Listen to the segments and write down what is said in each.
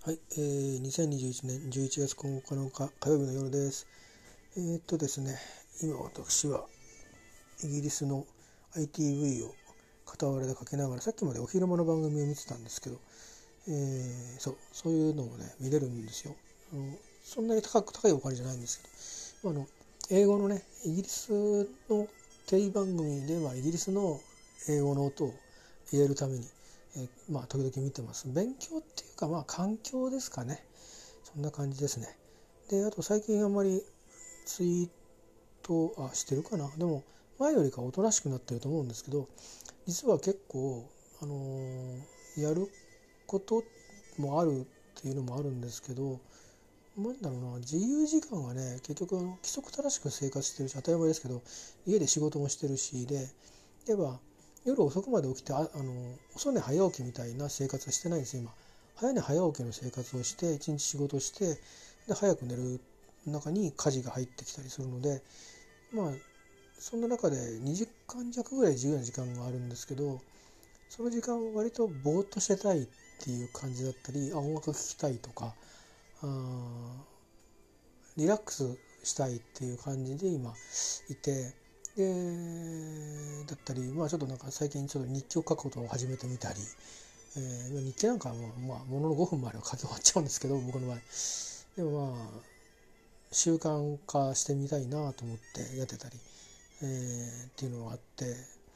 はい、2021年11月9日の火曜日の夜です。ですね、今私はイギリスの ITV を傍らでかけながら、さっきまでお昼間の番組を見てたんですけど、そういうのをね見れるんですよ。そんなに高いお金じゃないんですけど、英語のねイギリスのテレビ番組で、イギリスの英語の音を入れるために時々見てます。勉強っていうか環境ですかね。そんな感じですね。で、あと最近あんまりツイートしてるかな。でも前よりかおとなしくなってると思うんですけど、実は結構やることもあるっていうのもあるんですけど、なんだろうな、自由時間はね結局規則正しく生活してるし、当たり前ですけど家で仕事もしてるしで、例えば夜遅くまで起きて遅寝早起きみたいな生活はしてないんですよ今。早寝早起きの生活をして一日仕事してで早く寝る中に家事が入ってきたりするので、そんな中で2時間弱ぐらい自由な時間があるんですけど、その時間は割とぼーっとしてたいっていう感じだったり、音楽聴きたいとか、リラックスしたいっていう感じで今いて、だったり、ちょっと最近ちょっと日記を書くことを始めてみたり、日記なんかはものの5分もあれば書き終わっちゃうんですけど、僕の場合でも習慣化してみたいなと思ってやってたり、っていうのがあって、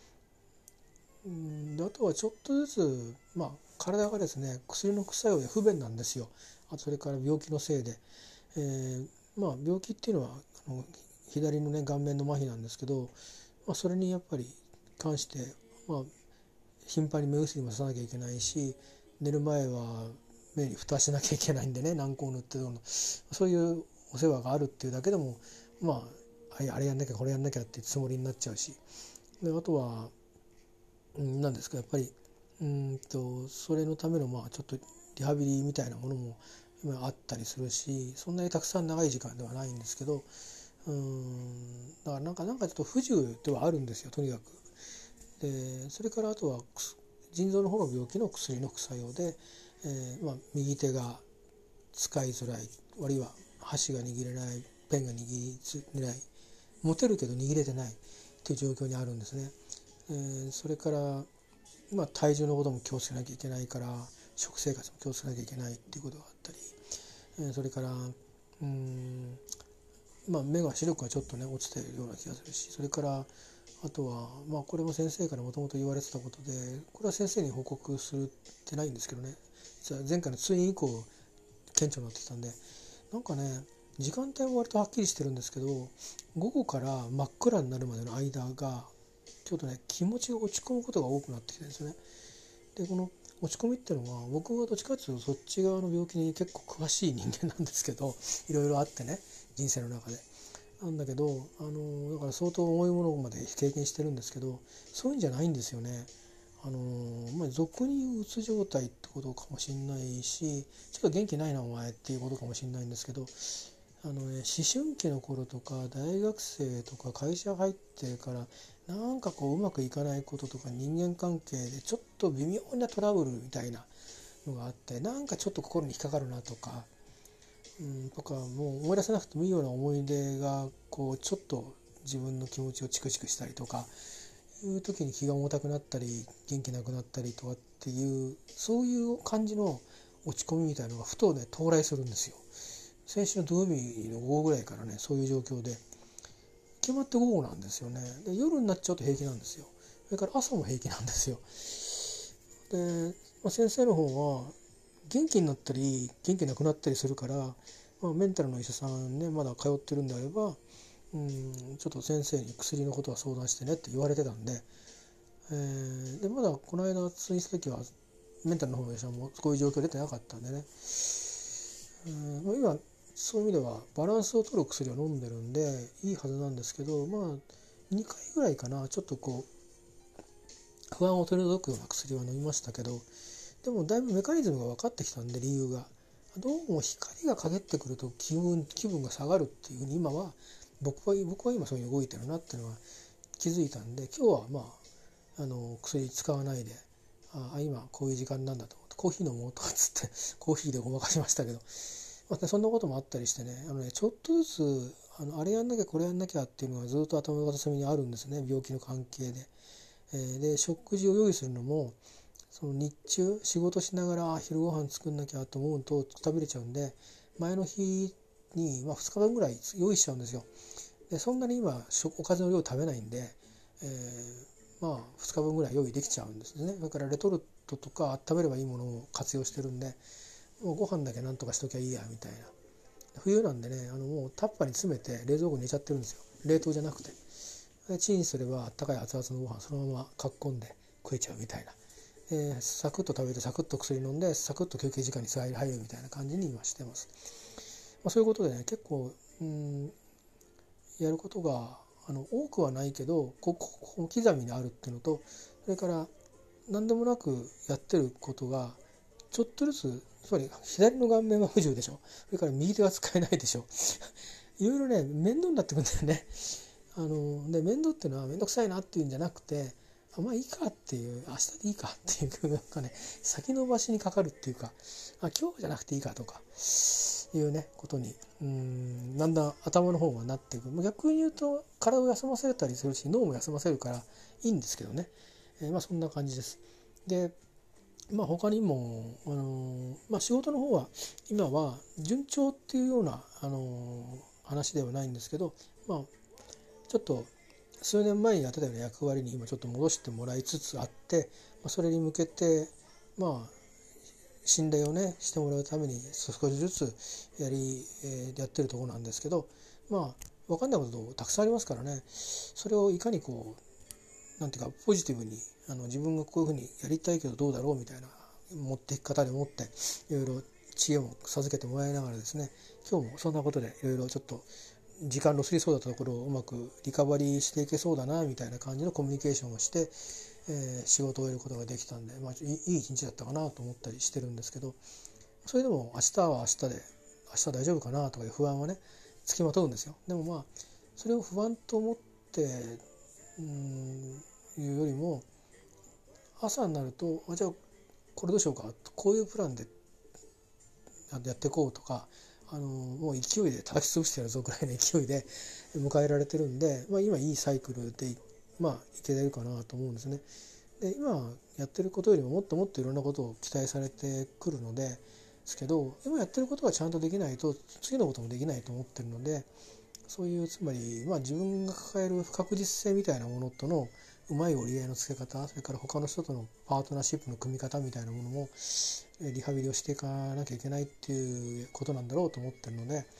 であとはちょっとずつ、体がですね薬の副作用で不便なんですよ。あとそれから病気のせいで、病気っていうのは左のね顔面の麻痺なんですけど、それにやっぱり関して、頻繁に目薬もさなきゃいけないし、寝る前は目に蓋しなきゃいけないんでね、軟膏塗ってどうのそういうお世話があるっていうだけでもあれやんなきゃこれやんなきゃってつもりになっちゃうし、であとは何ですか、やっぱりそれのためのちょっとリハビリみたいなものも今あったりするし、そんなにたくさん長い時間ではないんですけど、だからちょっと不自由ではあるんですよ、とにかく。でそれからあとは腎臓の方の病気の薬の副作用で、右手が使いづらい、あるいは箸が握れない、ペンが握れない、持てるけど握れてないという状況にあるんですね。それから体重のことも気をつけなきゃいけないから、食生活も気をつけなきゃいけないっていうことがあったり、それから目が視力がちょっとね落ちているような気がするし、それからあとはこれも先生からもともと言われてたことで、これは先生に報告するってないんですけどね、実は前回の通院以降顕著になってきたんで、時間帯も割とはっきりしてるんですけど、午後から真っ暗になるまでの間がちょっとね気持ちが落ち込むことが多くなってきてるんですよね。でこの落ち込みっていうのは、僕はどっちかというとそっち側の病気に結構詳しい人間なんですけど、いろいろあってね、人生の中でなんだけど、だから相当重いものまで経験してるんですけど、そういうんじゃないんですよね。俗に言ううつ状態ってことかもしれないし、ちょっと元気ないなお前っていうことかもしれないんですけど、思春期の頃とか大学生とか会社入ってからうまくいかないこととか、人間関係でちょっと微妙なトラブルみたいなのがあって、ちょっと心に引っかかるなとか、とかもう思い出せなくてもいいような思い出がちょっと自分の気持ちをチクチクしたりとかいう時に気が重たくなったり元気なくなったりとかっていう、そういう感じの落ち込みみたいなのがふとね到来するんですよ。先週の土曜日の午後ぐらいからねそういう状況で、決まって午後なんですよね。で夜になっちゃうと平気なんですよ。それから朝も平気なんですよ。で、先生の方は元気になったり元気なくなったりするから、メンタルの医者さんねまだ通ってるんであれば、ちょっと先生に薬のことは相談してねって言われてたんで、でまだこの間通院した時はメンタルの方の医者もこういう状況出てなかったんでね、今そういう意味ではバランスを取る薬を飲んでるんでいいはずなんですけど、2回ぐらいかな、ちょっと不安を取り除くような薬は飲みましたけど、でもだいぶメカニズムが分かってきたんで、理由がどうも光が陰ってくると気分が下がるっていうふうに今は僕は今そういうふうに動いてるなっていうのは気づいたんで、今日は薬使わないで、今こういう時間なんだとコーヒー飲もうとかっつってコーヒーでごまかしましたけど、そんなこともあったりしてね、ちょっとずつあれやんなきゃこれやんなきゃっていうのがずっと頭の片隅にあるんですね、病気の関係で。で食事を用意するのもその日中仕事しながら昼ご飯作んなきゃと思うと食べれちゃうんで、前の日に、2日分ぐらい用意しちゃうんですよ。でそんなに今おかずの量食べないんで、2日分ぐらい用意できちゃうんですね。だからレトルトとか温めればいいものを活用してるんで、もうご飯だけなんとかしときゃいいやみたいな。冬なんでね、もうタッパーに詰めて冷蔵庫に入れちゃってるんですよ、冷凍じゃなくて。チンすればあったかい熱々のご飯そのままかっこんで食えちゃうみたいな。サクッと食べてサクッと薬飲んでサクッと休憩時間に入るみたいな感じに今してます。そういうことでね、結構やることが多くはないけど小刻みにあるっていうのと、それから何でもなくやってることがちょっとずつ、つまり左の顔面は不自由でしょ、それから右手は使えないでしょいろいろね面倒になってくるんだよね。で面倒っていうのは面倒くさいなっていうんじゃなくて、まあいいかっていう、明日でいいかっていうなんかね、先延ばしにかかるっていうか、今日じゃなくていいかとかいうねことにだんだん頭の方がなっていく。逆に言うと体を休ませたりするし脳も休ませるからいいんですけどね、そんな感じです。で他にも、仕事の方は今は順調っていうような、話ではないんですけど、ちょっと数年前にやってたような役割に今ちょっと戻してもらいつつあって、それに向けて信頼をねしてもらうために少しずつやってるところなんですけど、分かんないことたくさんありますからね、それをいかになんていうかポジティブに自分がこういうふうにやりたいけどどうだろうみたいな持っていく方でもっていろいろ知恵を授けてもらいながらですね、今日もそんなことでいろいろちょっと時間の過ぎそうだったところをうまくリカバリーしていけそうだなみたいな感じのコミュニケーションをして、仕事を終えることができたんで、いい一日だったかなと思ったりしてるんですけど、それでも明日は明日で明日大丈夫かなとかいう不安はねつきまとうんですよ。でもそれを不安と思っていうよりも、朝になるとじゃあこれどうしようか、こういうプランでやっていこうとか、もう勢いで叩き潰してやるぞくらいの勢いで迎えられてるんで、今いいサイクルでいけてるかなと思うんですね。で今やってることよりももっともっといろんなことを期待されてくるのですけど、今やってることがちゃんとできないと次のこともできないと思ってるので、そういうつまり自分が抱える不確実性みたいなものとのうまい折り合いのつけ方、それから他の人とのパートナーシップの組み方みたいなものもリハビリをしていかなきゃいけないっていうことなんだろうと思ってるので、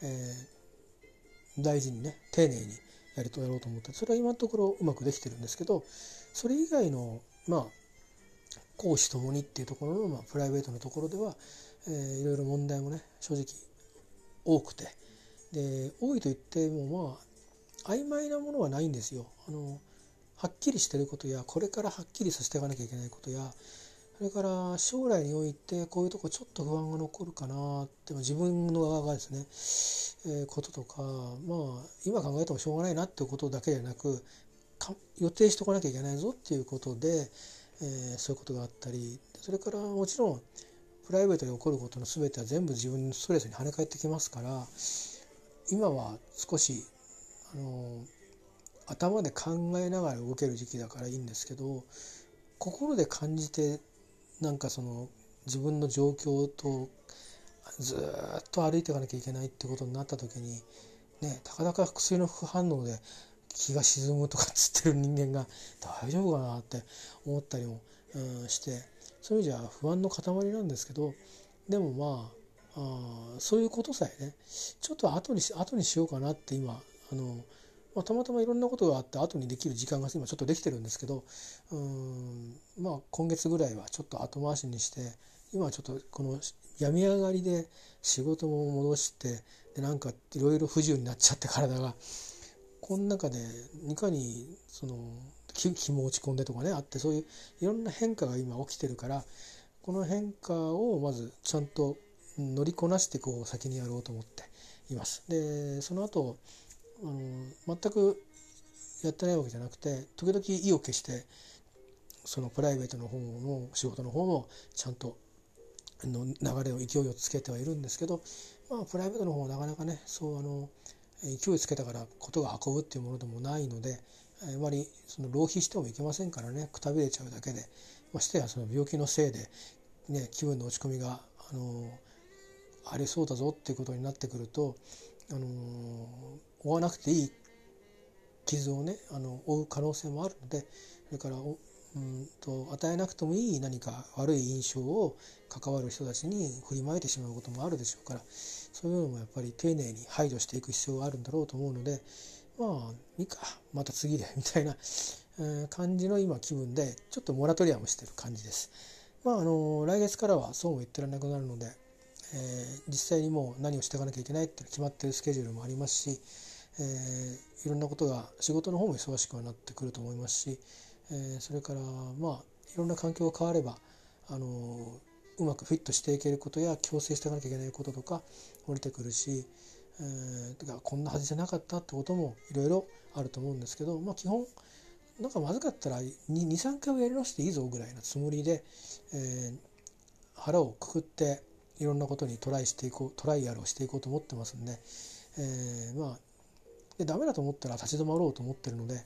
大事にね丁寧にやろうと思って、それは今のところうまくできてるんですけど、それ以外の公私ともにっていうところの、プライベートのところでは、いろいろ問題もね正直多くて、で多いと言っても曖昧なものはないんですよ。はっきりしてることやこれからはっきりさせていかなきゃいけないことや、それから将来においてこういうとこちょっと不安が残るかなって自分の側がですね、こととか今考えてもしょうがないなっていうことだけでなく予定しておかなきゃいけないぞっていうことで、そういうことがあったり、それからもちろんプライベートで起こることの全ては全部自分のストレスに跳ね返ってきますから、今は少し頭で考えながら動ける時期だからいいんですけど、心で感じて自分の状況とずっと歩いていかなきゃいけないってことになった時にね、たかだか薬の副反応で気が沈むとかっつってる人間が大丈夫かなって思ったりも、して、そういう意味じゃ不安の塊なんですけど、でもそういうことさえねちょっと後にしようかなって今たまたまいろんなことがあって後にできる時間が今ちょっとできてるんですけど、今月ぐらいはちょっと後回しにして、今はちょっとこの病み上がりで仕事も戻してでいろいろ不自由になっちゃって体がこの中でいかに気も落ち込んでとかねあって、そういういろんな変化が今起きてるから、この変化をまずちゃんと乗りこなして先にやろうと思っています。でその後全くやってないわけじゃなくて、時々意を決してそのプライベートの方の仕事の方もちゃんとの流れを勢いをつけてはいるんですけど、プライベートの方はなかなかねそう勢いつけたからことが運ぶっていうものでもないので、あまりその浪費してもいけませんからね、くたびれちゃうだけで、ましてやその病気のせいで、ね、気分の落ち込みがありそうだぞっていうことになってくると、負わなくていい傷をね負う可能性もあるので、それから与えなくてもいい何か悪い印象を関わる人たちに振りまいてしまうこともあるでしょうから、そういうのもやっぱり丁寧に排除していく必要があるんだろうと思うので、いいかまた次でみたいな感じの今気分でちょっとモラトリアムしてる感じです。来月からはそうも言ってられなくなるので、実際にもう何をしていかなきゃいけないって決まっているスケジュールもありますし、いろんなことが仕事の方も忙しくはなってくると思いますし、それからいろんな環境が変わればうまくフィットしていけることや強制していかなきゃいけないこととか降りてくるし、こんなはずじゃなかったってこともいろいろあると思うんですけど、基本なんかまずかったら 2,3 回はやり直していいぞぐらいなつもりで、腹をくくっていろんなことにトライアルをしていこうと思ってますんで、でダメだと思ったら立ち止まろうと思ってるので、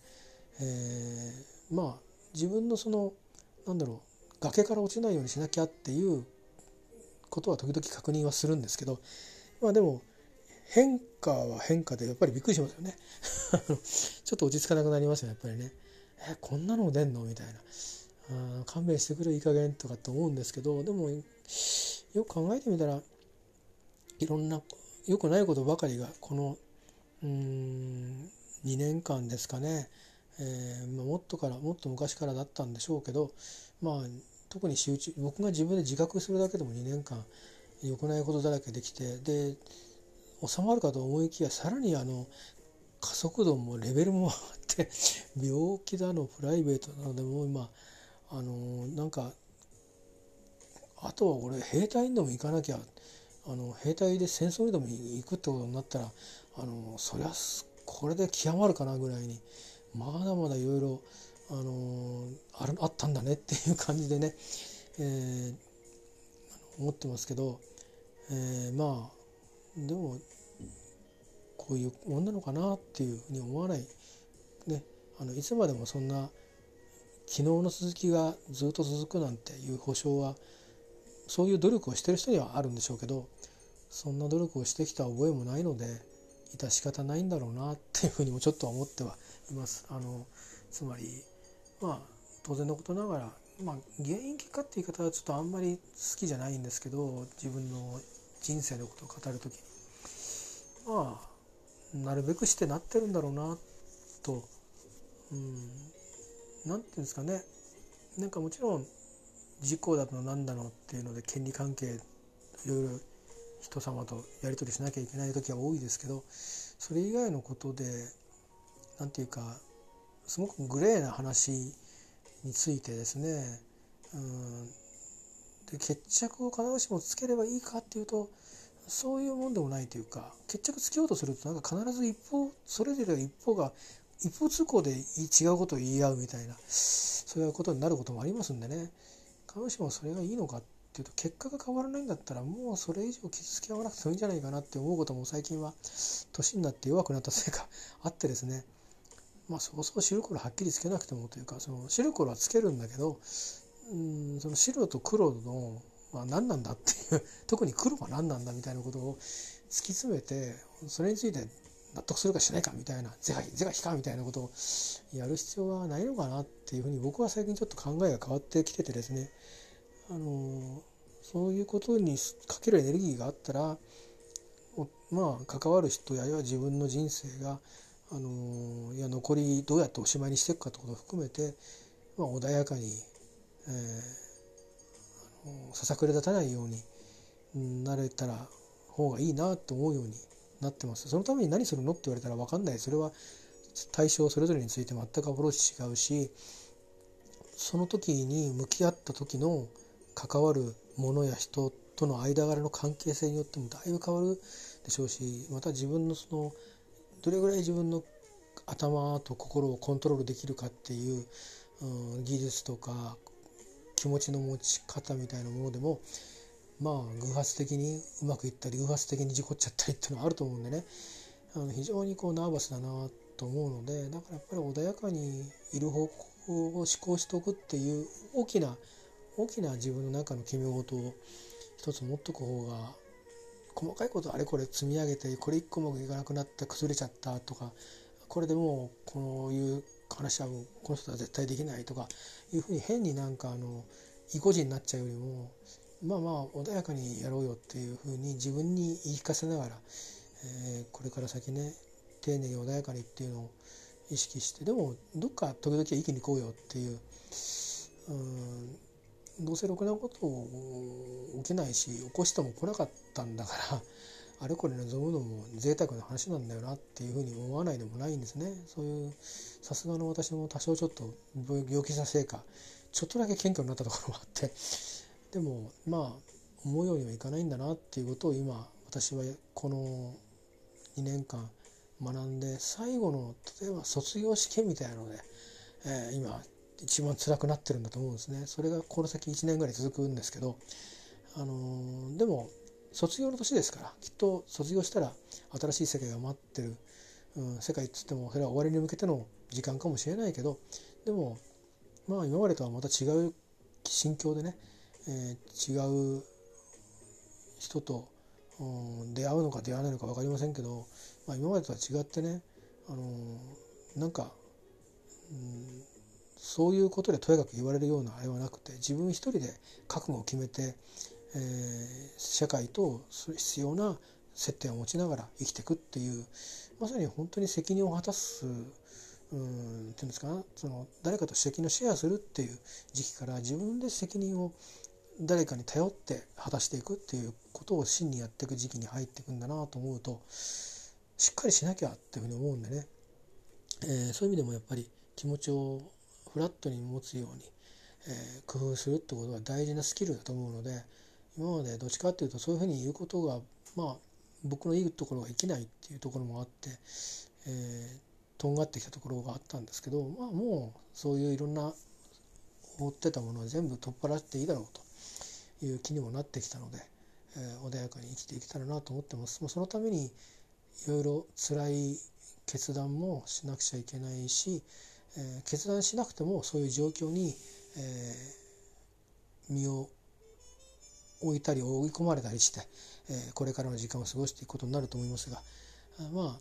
自分の崖から落ちないようにしなきゃっていうことは時々確認はするんですけど、でも変化は変化でやっぱりびっくりしますよねちょっと落ち着かなくなりますよねやっぱりね。こんなの出んのみたいな、勘弁してくれいい加減とかって思うんですけど、でもよく考えてみたらいろんな良くないことばかりがこの2年間ですかね、もっと昔からだったんでしょうけど、特に僕が自分で自覚するだけでも2年間良くないことだらけできて、で収まるかと思いきやさらに加速度もレベルもあって病気だのプライベートなのでもう今あとは俺兵隊にでも行かなきゃ兵隊で戦争にでも行くってことになったらそりゃこれで極まるかなぐらいにまだまだいろいろあったんだねっていう感じでね、思ってますけど、でもこういうもんなのかなっていうふうに思わないね。いつまでもそんな昨日の続きがずっと続くなんていう保証はそういう努力をしてる人にはあるんでしょうけど、そんな努力をしてきた覚えもないので致し方ないんだろうなっていうふうにもちょっと思ってはいます。つまり当然のことながら、原因結果って言い方はちょっとあんまり好きじゃないんですけど、自分の人生のことを語るときになるべくしてなってるんだろうなと、なんていうんですかね、もちろん事故だのなんだのっていうので権利関係いろいろ人様とやり取りしなきゃいけない時は多いですけど、それ以外のことなんていうかすごくグレーな話についてですね、で決着を必ずしもつければいいかっていうとそういうもんでもないというか、決着つけようとすると必ずそれぞれ一方が一方通行で違うことを言い合うみたいな、そういうことになることもありますんでね、必ずしもそれがいいのかっていうと結果が変わらないんだったらもうそれ以上傷つけ合わなくてもいいんじゃないかなって思うことも最近は年になって弱くなったせいかあってですね、そこそこ白黒はっきりつけなくてもというか、その白黒はつけるんだけど、その白と黒の何なんだっていう特に黒は何なんだみたいなことを突き詰めて、それについて納得するかしないかみたいな是が非かみたいなことをやる必要はないのかなっていうふうに僕は最近ちょっと考えが変わってきててですね、そういうことにかけるエネルギーがあったら関わる人や自分の人生が残りどうやっておしまいにしていくかってことを含めて、穏やかに、ささくれ立たないようになれたら方がいいなと思うようになってます。そのために何するのって言われたら分かんない。それは対象それぞれについて全くアプローチ違うし、その時に向き合った時の関わる者や人との間柄の関係性によってもだいぶ変わるでしょうし、また自分のどれぐらい自分の頭と心をコントロールできるかっていう、技術とか気持ちの持ち方みたいなものでもまあ偶発的にうまくいったり偶発的に事故っちゃったりっていうのはあると思うんでね、非常にこうナーバスだなと思うので、だからやっぱり穏やかにいる方向を思考しておくっていう大きな自分の中の決め事を一つ持っとく方が、細かいことあれこれ積み上げてこれ一個もいかなくなって崩れちゃったとか、これでもうこういう話はもうこの人は絶対できないとかいうふうに変になんか意固地になっちゃうよりも、まあまあ穏やかにやろうよっていうふうに自分に言い聞かせながら、これから先ね丁寧に穏やかにっていうのを意識して、でもどっか時々は生きに行こうよっていう、どうせろくなこと起きないし起こしても来なかったんだからあれこれ望むのも贅沢な話なんだよなっていうふうに思わないでもないんですね。そういうさすがの私も多少ちょっと病気したせいかちょっとだけ謙虚になったところもあって、でもまあ思うようにはいかないんだなっていうことを今私はこの2年間学んで、最後の例えば卒業試験みたいなので、今一番辛くなってるんだと思うんですね。それがこの先1年ぐらい続くんですけど、でも卒業の年ですから、きっと卒業したら新しい世界が待ってる、世界っつってもそれは終わりに向けての時間かもしれないけど、でもまあ今までとはまた違う心境でね、違う人と、出会うのか出会わないのか分かりませんけど、まあ、今までとは違ってね、なんか、そういうことでとやかく言われるようなあれはなくて、自分一人で覚悟を決めて、社会と必要な接点を持ちながら生きていくっていう、まさに本当に責任を果たす、っていうんですか、その誰かと責任をシェアするっていう時期から、自分で責任を誰かに頼って果たしていくっていうことを真にやっていく時期に入っていくんだなと思うと、しっかりしなきゃっていうふうに思うんでね、そういう意味でもやっぱり気持ちをフラットに持つように、工夫するってことは大事なスキルだと思うので、今までどっちかっていうとそういうふうに言うことがまあ僕のいいところが生きないっていうところもあって、とんがってきたところがあったんですけど、まあもうそういういろんな追ってたものは全部取っ払っていいだろうという気にもなってきたので、穏やかに生きていけたらなと思ってます。そのためにいろいろ辛い決断もしなくちゃいけないし、決断しなくてもそういう状況に、身を置いたり追い込まれたりして、これからの時間を過ごしていくことになると思いますが、まあ、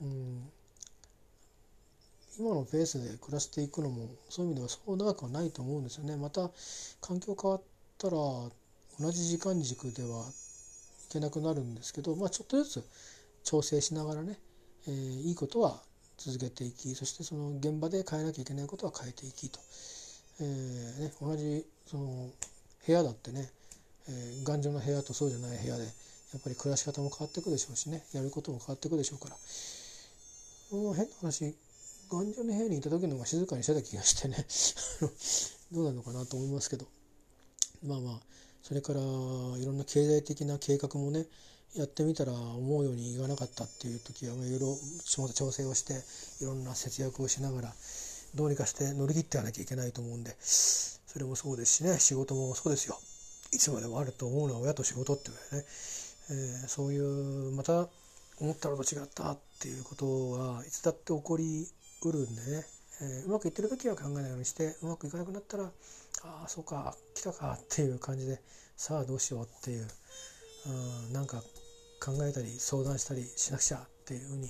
今のペースで暮らしていくのもそういう意味ではそう長くはないと思うんですよね。また環境変わったら同じ時間軸ではいけなくなるんですけど、まあ、ちょっとずつ調整しながらね、いいことは続けていき、そしてその現場で変えなきゃいけないことは変えていきと、同じその部屋だってね、頑丈な部屋とそうじゃない部屋でやっぱり暮らし方も変わっていくでしょうしね、やることも変わっていくでしょうから、変な話、頑丈な部屋にいた時の方が静かにしてた気がしてねどうなのかなと思いますけど、まあまあそれからいろんな経済的な計画もねやってみたら思うようにいかなかったっていう時はいろいろ調整をしていろんな節約をしながらどうにかして乗り切っていかなきゃいけないと思うんで、それもそうですしね、仕事もそうですよ。いつまでもあると思うのは親と仕事っていうね、そういうまた思ったのと違ったっていうことはいつだって起こりうるんでね、うまくいってる時は考えないようにして、うまくいかなくなったらああそうか来たかっていう感じで、さあどうしようっていう、なんか考えたり相談したりしなくちゃっていうふうに、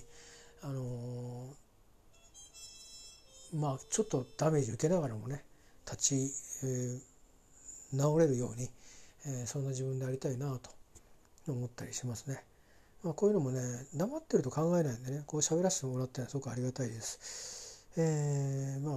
まあちょっとダメージ受けながらもね立ち、直れるように、そんな自分でありたいなと思ったりしますね。まあ、こういうのもね黙ってると考えないんでね、こう喋らせてもらってはすごくありがたいです。まあ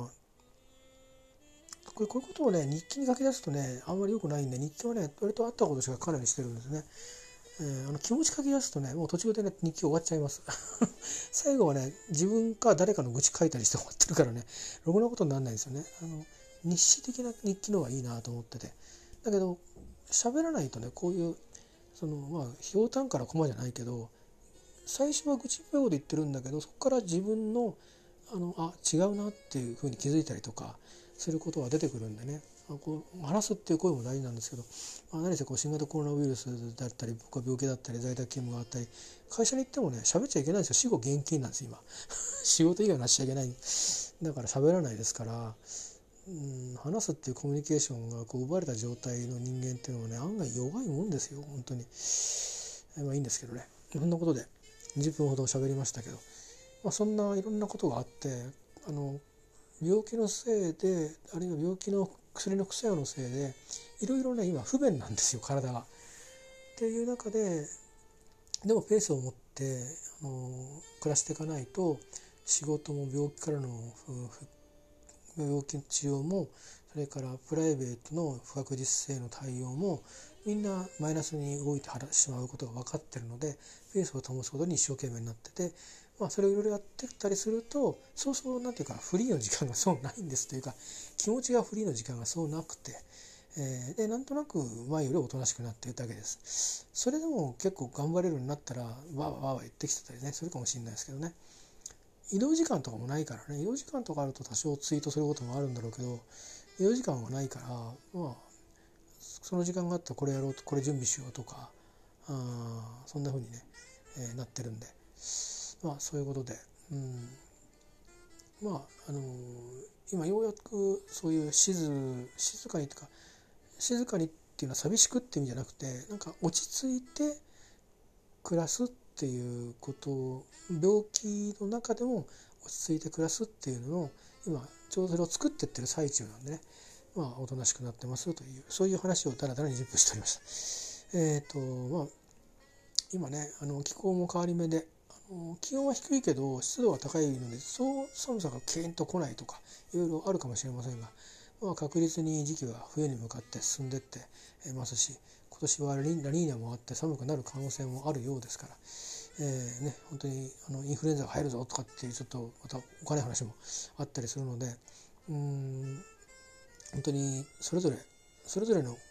こういうことをね日記に書き出すとねあんまり良くないんで、日記はね割とあったことしか書かないようにしてるんですね。気持ち書き出すとねもう途中でね日記終わっちゃいます最後はね自分か誰かの愚痴書いたりして終わってるからね、ろくなことにならないですよね。日誌的な日記の方がいいなと思ってて、だけど喋らないとねこういうそのまあひょうたんからコマじゃないけど、最初は愚痴っぽいこと言ってるんだけど、そこから自分の違うなっていうふうに気づいたりとか、 することが出てくるんでね、こう話すっていう声も大事なんですけど、何せこう新型コロナウイルスだったり僕は病気だったり在宅勤務があったり、会社に行ってもね喋っちゃいけないんですよ。死後現金なんです今仕事以外はなしちゃいけない。だから喋らないですから、話すっていうコミュニケーションがこう奪われた状態の人間っていうのはね、案外弱いもんですよ本当に。いいんですけどね。そんなことで20分ほど喋りましたけど、そんないろんなことがあって、病気のせいで、あるいは病気の薬の副作用のせいでいろいろね今不便なんですよ体が。っていう中ででもペースを持って暮らしていかないと、仕事も病気からの病気治療も、それからプライベートの不確実性の対応もみんなマイナスに動いてしまうことが分かっているので、ペースを保つことに一生懸命になってて、それをいろいろやってたりすると、そうそうなんていうかフリーの時間がそうないんですというか、気持ちがフリーの時間がそうなくて、でなんとなく前よりおとなしくなっているだけです。それでも結構頑張れるようになったらわーわーわー言ってきてたりねするかもしれないですけどね。移動時間とかもないからね、移動時間とかあると多少ツイートすることもあるんだろうけど、移動時間がないから、その時間があったらこれやろうと、これ準備しようとか、そんな風にね、なってるんで、そういうことで、今ようやくそういう静かにとか、静かにっていうのは寂しくっていう意味じゃなくて、なんか落ち着いて暮らすっていうことを、病気の中でも落ち着いて暮らすっていうのを今ちょうどそれを作っていってる最中なんでね、おとなしくなってますという、そういう話をだらだら20分しておりました。今ね気候も変わり目で、気温は低いけど湿度が高いので、そう寒さがキーンと来ないとかいろいろあるかもしれませんが、確実に時期は冬に向かって進んでってますし、今年はラニーニャもあって寒くなる可能性もあるようですから、本当にインフルエンザが入るぞとかっていうちょっとまたお金話もあったりするので、本当にそれぞれの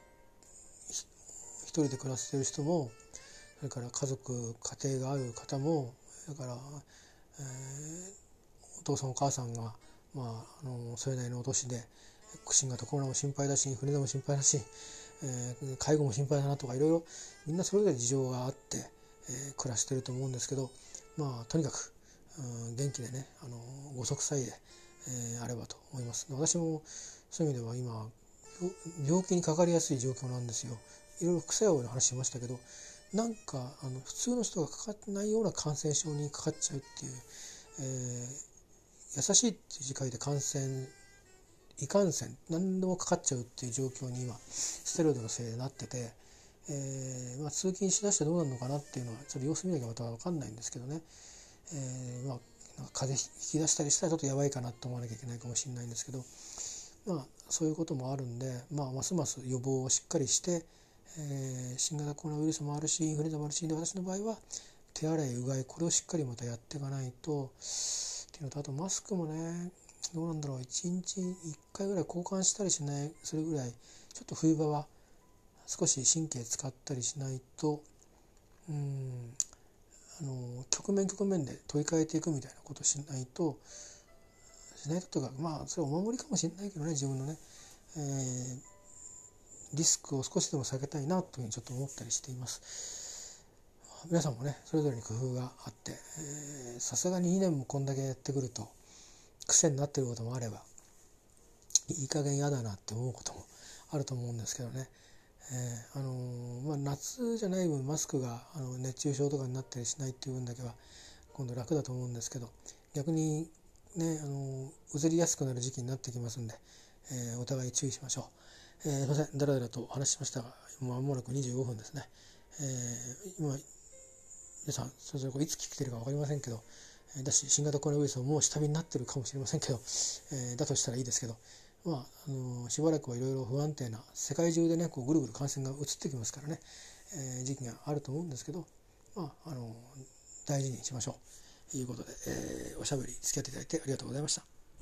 一人で暮らしている人も、それから家族家庭がある方も、それから、お父さんお母さんが、それなりのお年で新型コロナも心配だし、インフルエンザも心配だし、介護も心配だなとか、いろいろみんなそれぞれ事情があって、暮らしてると思うんですけど、とにかく、元気でねご息災で、あればと思います。私もそういう意味では今病気にかかりやすい状況なんですよ。いろいろ副作用の話しましたけど、なんか普通の人がかかってないような感染症にかかっちゃうっていう、優しいっていう字書いて感染、胃感染、何でもかかっちゃうっていう状況に今ステロイドのせいでなってて、通勤しだしてどうなるのかなっていうのはちょっと様子見なきゃまた分かんないんですけどね、なんか風邪ひき出したりしたらちょっとやばいかなと思わなきゃいけないかもしれないんですけど、そういうこともあるんで、ますます予防をしっかりして、新型コロナウイルスもあるしインフルエンザもあるし、で私の場合は手洗いうがい、これをしっかりまたやっていかないとっていうのと、あとマスクもねどうなんだろう、1日1回ぐらい交換したりしない、それぐらいちょっと冬場は少し神経使ったりしないと、局面で取り替えていくみたいなことしないとというか、それはお守りかもしれないけどね、自分のね、リスクを少しでも避けたいなというふうにちょっと思ったりしています。皆さんもねそれぞれに工夫があって、さすがに2年もこんだけやってくると癖になっていることもあれば、いい加減嫌だなって思うこともあると思うんですけどね、夏じゃない分マスクが熱中症とかになったりしないっていう分だけは今度楽だと思うんですけど、逆にねうずりやすくなる時期になってきますんで、お互い注意しましょう。すいません、だらだらとお話ししましたが、もう間もなく25分ですね。今皆さんそれぞれいつ聞いてるか分かりませんけど、だし新型コロナウイルスももう下火になってるかもしれませんけど、だとしたらいいですけど、しばらくはいろいろ不安定な、世界中でねこうぐるぐる感染が移ってきますからね、時期があると思うんですけど、大事にしましょうということで、おしゃべり付き合っていただいてありがとうございました。